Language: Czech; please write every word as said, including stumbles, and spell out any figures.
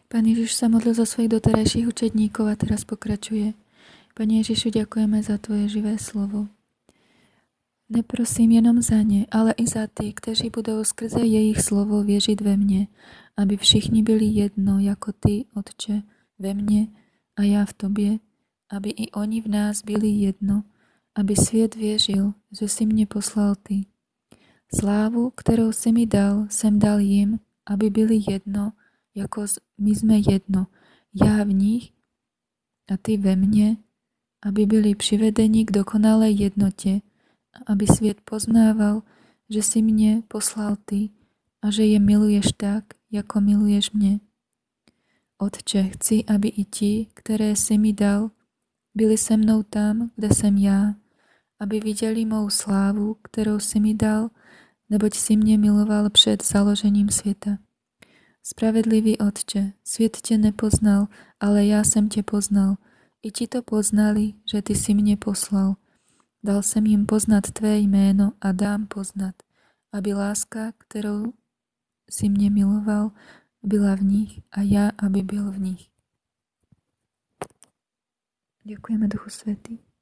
Pán Ježiš sa modlil za svojich doterajších učedníkov a teraz pokračuje. Pane Ježišu, ďakujeme za Tvoje živé slovo. Neprosím jenom za ně, ale i za ty, kteří budou skrze jejich slovo věřit ve mně, aby všichni byli jedno, jako Ty, Otče, ve mně a já v Tobě, aby i oni v nás byli jedno, aby svět věřil, že jsi mě poslal Ty. Slávu, kterou jsi mi dal, jsem dal jim, aby byli jedno, jako my jsme jedno, já v nich a Ty ve mně, aby byli přivedeni k dokonalé jednotě, aby svět poznával, že jsi mě poslal Ty a že je miluješ tak, jako miluješ mě. Otče, chci, aby i ti, které jsi mi dal, byli se mnou tam, kde jsem já, aby viděli mou slávu, kterou jsi mi dal, neboť jsi mě miloval před založením světa. Spravedlivý Otče, svět tě nepoznal, ale já jsem tě poznal. I ti to poznali, že ty jsi mě poslal. Dal jsem jim poznat tvé jméno a dám poznat, aby láska, kterou jsi mě miloval, byla v nich a já, aby byl v nich. Děkujeme, Duchu Svätý.